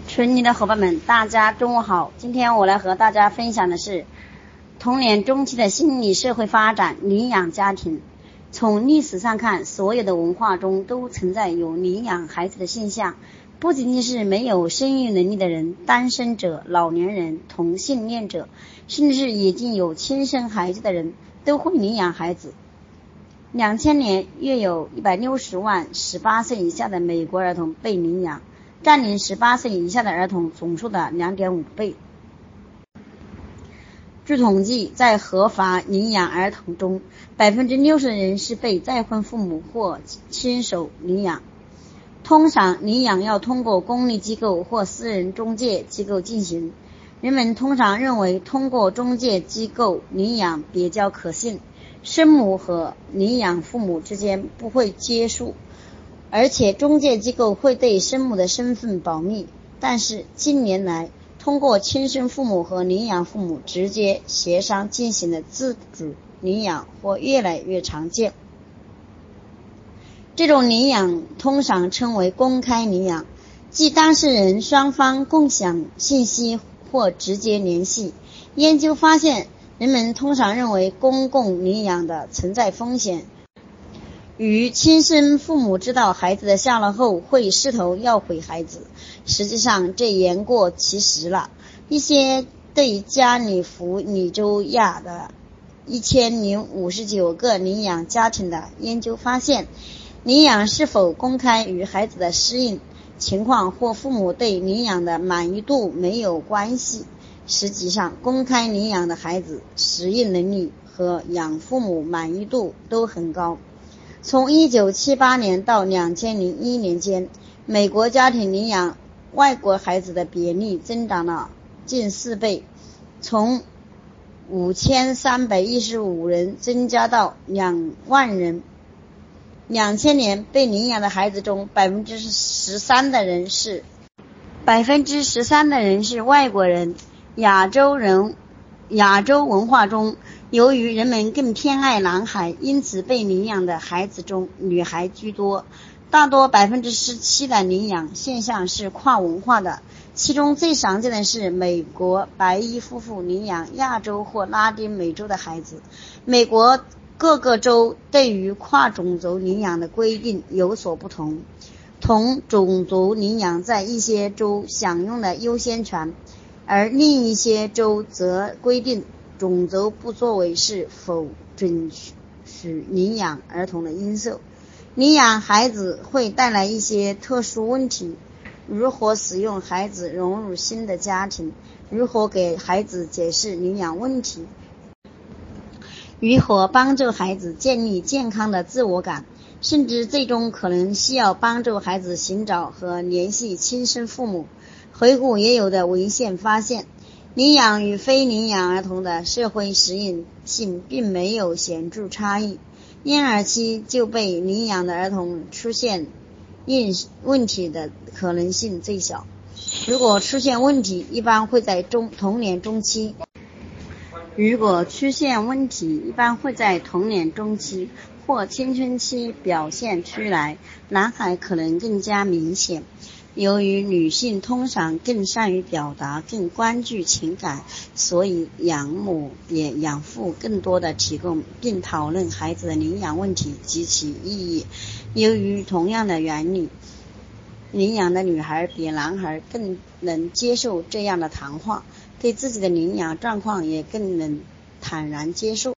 群里的伙伴们，大家中午好。今天我来和大家分享的是童年中期的心理社会发展，领养家庭。从历史上看，所有的文化中都存在有领养孩子的现象，不仅仅是没有生育能力的人、单身者、老年人、同性恋者，甚至是已经有亲生孩子的人都会领养孩子。2000年约有160万18岁以下的美国儿童被领养，占领18岁以下的儿童总数的 2.5 倍。据统计，在合法领养儿童中，60%的人是被再婚父母或亲属领养。通常领养要通过公立机构或私人中介机构进行，人们通常认为通过中介机构领养比较可信，生母和领养父母之间不会接触，而且中介机构会对生母的身份保密。但是近年来，通过亲生父母和领养父母直接协商进行的自主领养或越来越常见。这种领养通常称为公开领养，即当事人双方共享信息或直接联系。研究发现，人们通常认为公共领养的存在风险，与亲生父母知道孩子的下落后会试图要回孩子，实际上这言过其实了。一些对加利福尼州亚的1059个领养家庭的研究发现，领养是否公开与孩子的适应情况或父母对领养的满意度没有关系。实际上，公开领养的孩子适应能力和养父母满意度都很高。从1978年到2001年间，美国家庭领养外国孩子的比例增长了近4倍，从5315人增加到2万人。2000年被领养的孩子中13%的人是外国人。亚洲文化中，由于人们更偏爱男孩，因此被领养的孩子中女孩居多。大多 17% 的领养现象是跨文化的，其中最常见的是美国白衣夫妇领养亚洲或拉丁美洲的孩子。美国各个州对于跨种族领养的规定有所不同，同种族领养在一些州享用了优先权，而另一些州则规定种族不作为是否准许领养儿童的因素。领养孩子会带来一些特殊问题，如何使用孩子融入新的家庭，如何给孩子解释领养问题，如何帮助孩子建立健康的自我感，甚至最终可能需要帮助孩子寻找和联系亲生父母。回顾也有的文献发现，领养与非领养儿童的社会适应性并没有显著差异，婴儿期就被领养的儿童出现问题的可能性最小。如果出现问题，一般会在童年中期或青春期表现出来，男孩可能更加明显。由于女性通常更善于表达，更关注情感，所以养母也养父更多的提供并讨论孩子的领养问题及其意义。由于同样的原理，领养的女孩比男孩更能接受这样的谈话，对自己的领养状况也更能坦然接受。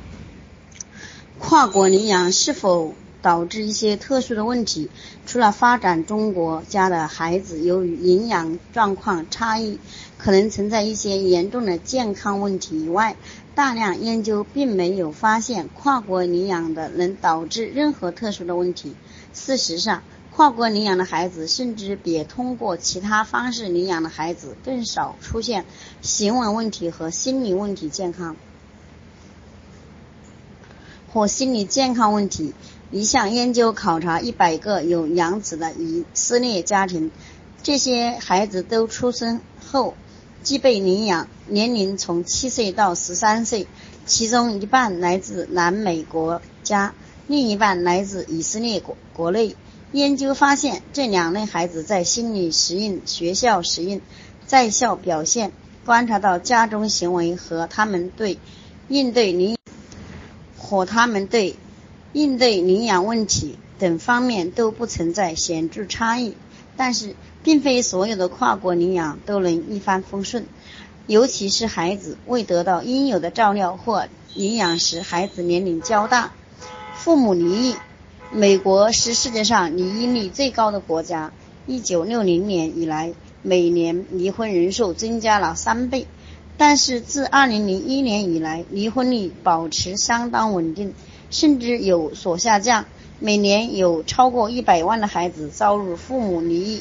跨国领养是否导致一些特殊的问题？除了发展中国家的孩子由于营养状况差异可能存在一些严重的健康问题以外，大量研究并没有发现跨国领养的能导致任何特殊的问题。事实上，跨国领养的孩子甚至比通过其他方式领养的孩子更少出现行为问题和心理健康问题。一项研究考察100个有养子的以色列家庭，这些孩子都出生后即被领养，年龄从7岁到13岁，其中一半来自南美国家，另一半来自以色列国内。 研究发现，这两类孩子在心理适应、学校适应、在校表现，观察到家中行为和他们对应对领养问题等方面都不存在显著差异。但是并非所有的跨国领养都能一帆风顺，尤其是孩子未得到应有的照料或领养时孩子年龄较大。父母离异，美国是世界上离异率最高的国家，1960年以来每年离婚人数增加了3倍，但是自2001年以来离婚率保持相当稳定，甚至有所下降，每年有超过100万的孩子遭遇父母离异。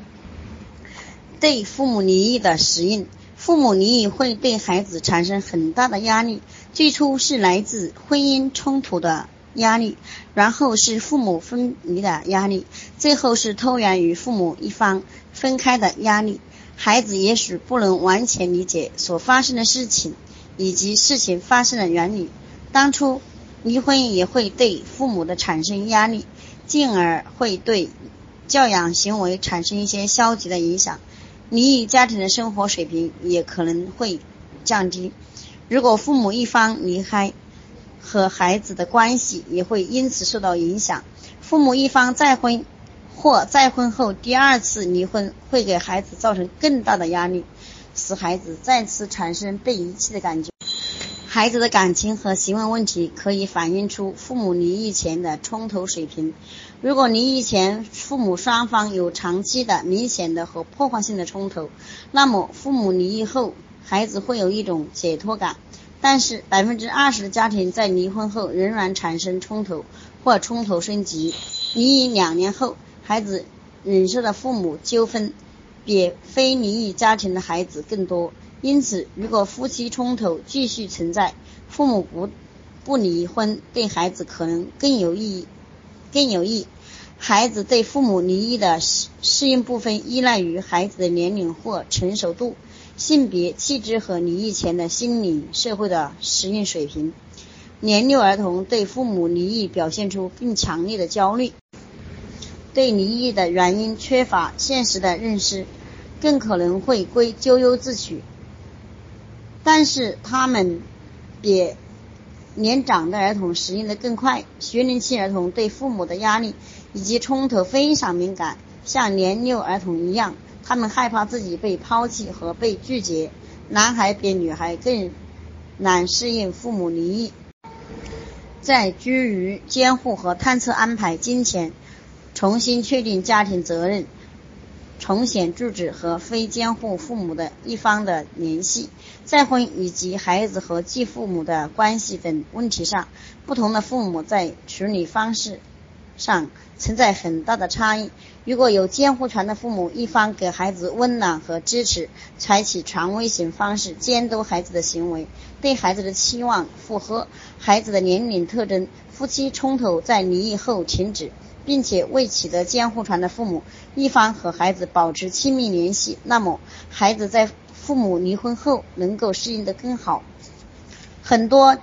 对父母离异的适应，父母离异会对孩子产生很大的压力，最初是来自婚姻冲突的压力，然后是父母分离的压力，最后是突然与父母一方分开的压力。孩子也许不能完全理解所发生的事情以及事情发生的原理，当初离婚也会对父母的产生压力，进而会对教养行为产生一些消极的影响。离异家庭的生活水平也可能会降低，如果父母一方离开，和孩子的关系也会因此受到影响。父母一方再婚或再婚后第二次离婚，会给孩子造成更大的压力，使孩子再次产生被遗弃的感觉。孩子的感情和行为问题可以反映出父母离异前的冲突水平。如果离异前父母双方有长期的、明显的和破坏性的冲突，那么父母离异后孩子会有一种解脱感。但是 20% 的家庭在离婚后仍然产生冲突或冲突升级。离异2年后，孩子忍受的父母纠纷比非离异家庭的孩子更多。因此，如果夫妻冲突继续存在，父母不离婚对孩子可能更有益。孩子对父母离异的适应部分依赖于孩子的年龄或成熟度、性别、气质和离异前的心理社会的适应水平。年幼儿童对父母离异表现出更强烈的焦虑，对离异的原因缺乏现实的认识，更可能会咎由自取。但是他们比年长的儿童适应得更快。学龄期儿童对父母的压力以及冲突非常敏感，像年幼儿童一样，他们害怕自己被抛弃和被拒绝。男孩比女孩更难适应父母离异。在居于监护和探测安排金钱，重新确定家庭责任，重显住址和非监护父母的一方的联系，再婚以及孩子和继父母的关系等问题上，不同的父母在处理方式上存在很大的差异。如果有监护权的父母一方给孩子温暖和支持，采取权威型方式监督孩子的行为，对孩子的期望符合孩子的年龄特征，夫妻冲突在离异后停止，并且未取得监护权的父母一方和孩子保持亲密联系，那么孩子在父母离婚后能够适应得更好。很多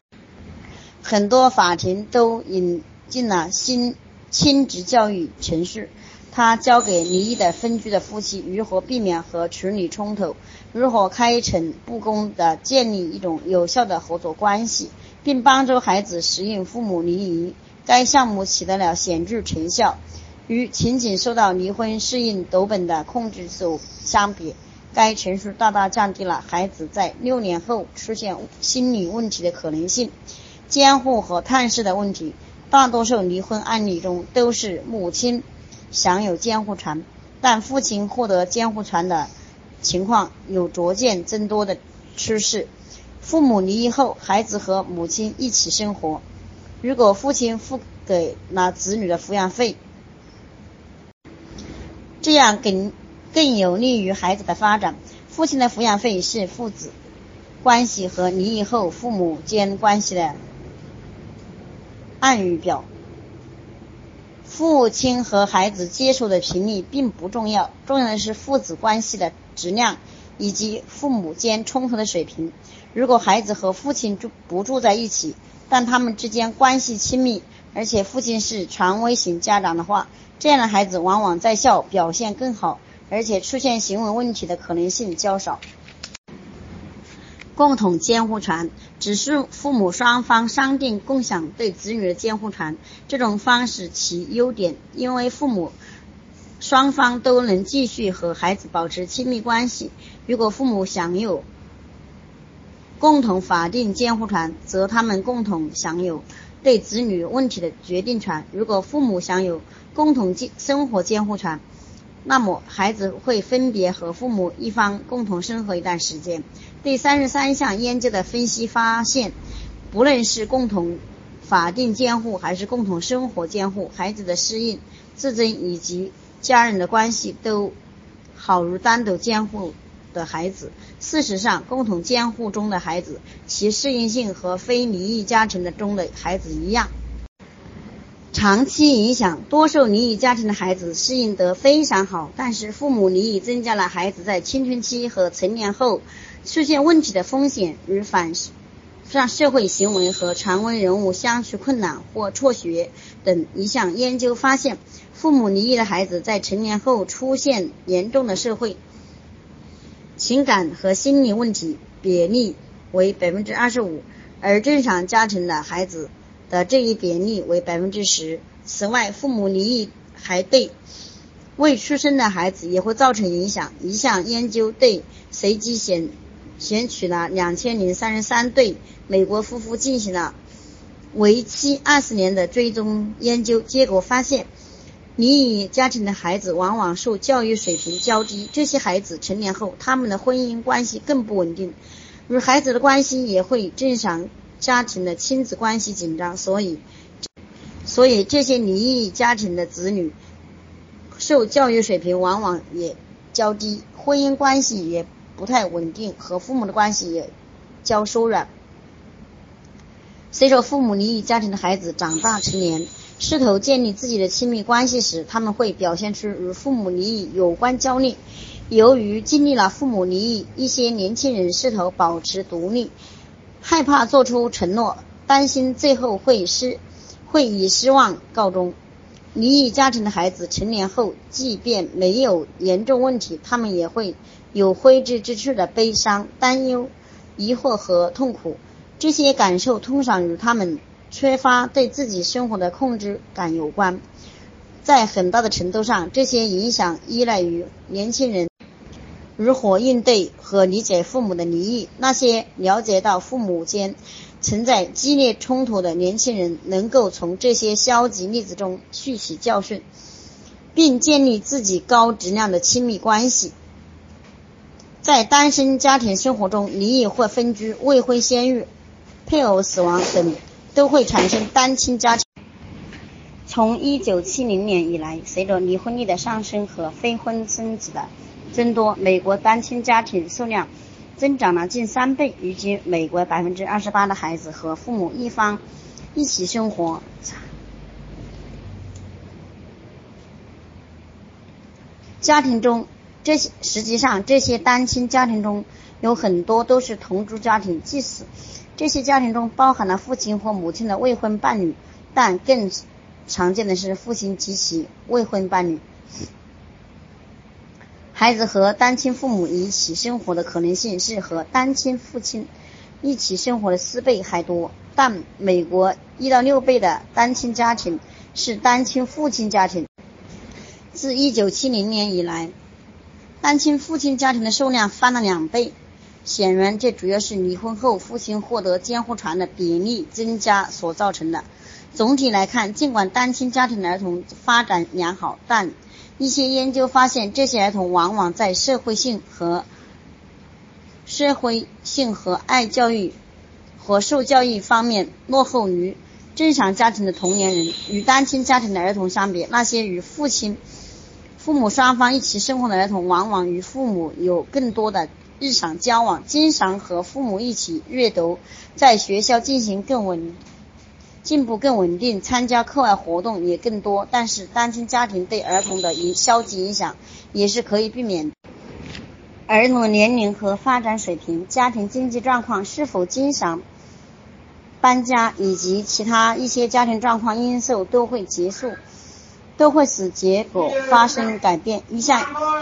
法庭都引进了新亲职教育程序，它教给离异的分居的夫妻如何避免和处理冲突，如何开诚布公地建立一种有效的合作关系，并帮助孩子适应父母离异。该项目取得了显著成效，与仅仅受到离婚适应读本的控制组相比，该程序大大降低了孩子在6年后出现心理问题的可能性。监护和探视的问题，大多数离婚案例中都是母亲享有监护权，但父亲获得监护权的情况有逐渐增多的趋势。父母离异后，孩子和母亲一起生活，如果父亲付给了子女的抚养费，这样更有利于孩子的发展。父亲的抚养费是父子关系和离异后父母间关系的暗语表。父亲和孩子接触的频率并不重要，重要的是父子关系的质量以及父母间冲突的水平。如果孩子和父亲不住在一起，但他们之间关系亲密，而且父亲是权威型家长的话， 这样的孩子往往在校表现更好，而且出现行为问题的可能性较少。共同监护权只是父母双方商定共享对子女的监护权，这种方式其优点，因为父母双方都能继续和孩子保持亲密关系。如果父母享有共同法定监护权，则他们共同享有对子女问题的决定权。如果父母享有共同生活监护权，那么孩子会分别和父母一方共同生活一段时间。第33项研究的分析发现，不论是共同法定监护还是共同生活监护，孩子的适应、自尊以及家人的关系都好于单独监护的孩子。事实上，共同监护中的孩子，其适应性和非离异家庭中的孩子一样。长期影响，多数离异家庭的孩子适应得非常好，但是父母离异增加了孩子在青春期和成年后出现问题的风险，如反社会行为和常为人物相处困难或辍学等。一项研究发现，父母离异的孩子在成年后出现严重的社会、情感和心理问题比例为 25%， 而正常家庭的孩子的这一比例为 10%。 此外，父母离异还对未出生的孩子也会造成影响。一项研究对随机选取了2033对美国夫妇进行了为期20年的追踪研究，结果发现离异家庭的孩子往往受教育水平较低，这些孩子成年后他们的婚姻关系更不稳定，与孩子的关系也会正常家庭的亲子关系紧张，所以这些离异家庭的子女受教育水平往往也较低，婚姻关系也不太稳定，和父母的关系也较疏远。随着父母离异家庭的孩子长大成年，试图建立自己的亲密关系时，他们会表现出与父母离异有关焦虑。由于经历了父母离异，一些年轻人试图保持独立，害怕做出承诺，担心最后会以失望告终。离异家庭的孩子成年后，即便没有严重问题，他们也会有挥之不去的悲伤、担忧、疑惑和痛苦。这些感受通常与他们缺乏对自己生活的控制感有关。在很大的程度上，这些影响依赖于年轻人如何应对和理解父母的离异。那些了解到父母间存在激烈冲突的年轻人，能够从这些消极例子中吸取教训，并建立自己高质量的亲密关系。在单身家庭生活中，离异或分居、未婚先育、配偶死亡等都会产生单亲家庭。从1970年以来，随着离婚率的上升和非婚生子的增多，美国单亲家庭数量增长了近3倍。如今，美国 28% 的孩子和父母一方一起生活。家庭中，实际上这些单亲家庭中有很多都是同住家庭，即使这些家庭中包含了父亲或母亲的未婚伴侣，但更常见的是父亲及其未婚伴侣。孩子和单亲父母一起生活的可能性是和单亲父亲一起生活的4倍还多，但美国1到6倍的单亲家庭是单亲父亲家庭。自1970年以来，单亲父亲家庭的数量翻了2倍。显然，这主要是离婚后父亲获得监护权的比例增加所造成的。总体来看，尽管单亲家庭的儿童发展良好，但一些研究发现，这些儿童往往在社会性和爱教育和受教育方面落后于正常家庭的同年人。与单亲家庭的儿童相比，那些与父母双方一起生活的儿童往往与父母有更多的日常交往，经常和父母一起阅读，在学校进步更稳定，参加课外活动也更多。但是单亲家庭对儿童的消极影响也是可以避免的。儿童的年龄和发展水平、家庭经济状况、是否经常搬家以及其他一些家庭状况因素都会都会使结果发生改变。一项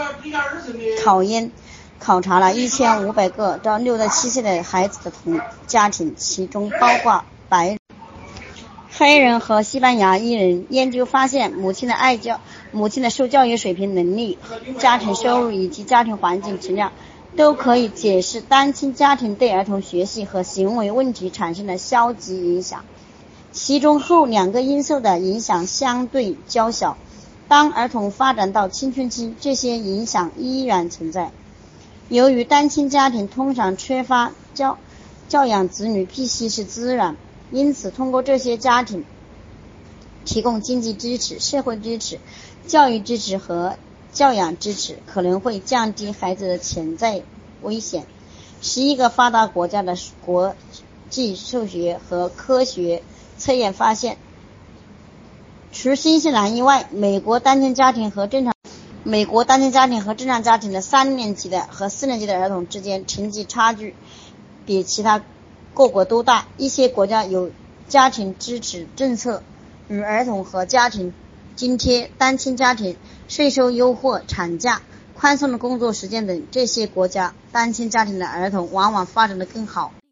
考察了1500个到6到7岁的孩子的家庭，其中包括白人、黑人和西班牙裔人。研究发现，母亲的受教育水平、能力、家庭收入以及家庭环境质量都可以解释单亲家庭对儿童学习和行为问题产生的消极影响，其中后2个因素的影响相对较小。当儿童发展到青春期，这些影响依然存在。由于单亲家庭通常缺乏教养子女必须是资源，因此通过这些家庭提供经济支持、社会支持、教育支持和教养支持，可能会降低孩子的潜在危险。11个发达国家的国际数学和科学测验发现，除新西兰以外，美国单亲家庭和正常家庭的3年级的和4年级的儿童之间成绩差距比其他各国都大。一些国家有家庭支持政策，如儿童和家庭津贴、单亲家庭税收优惠、产假、宽松的工作时间等。这些国家单亲家庭的儿童往往发展得更好。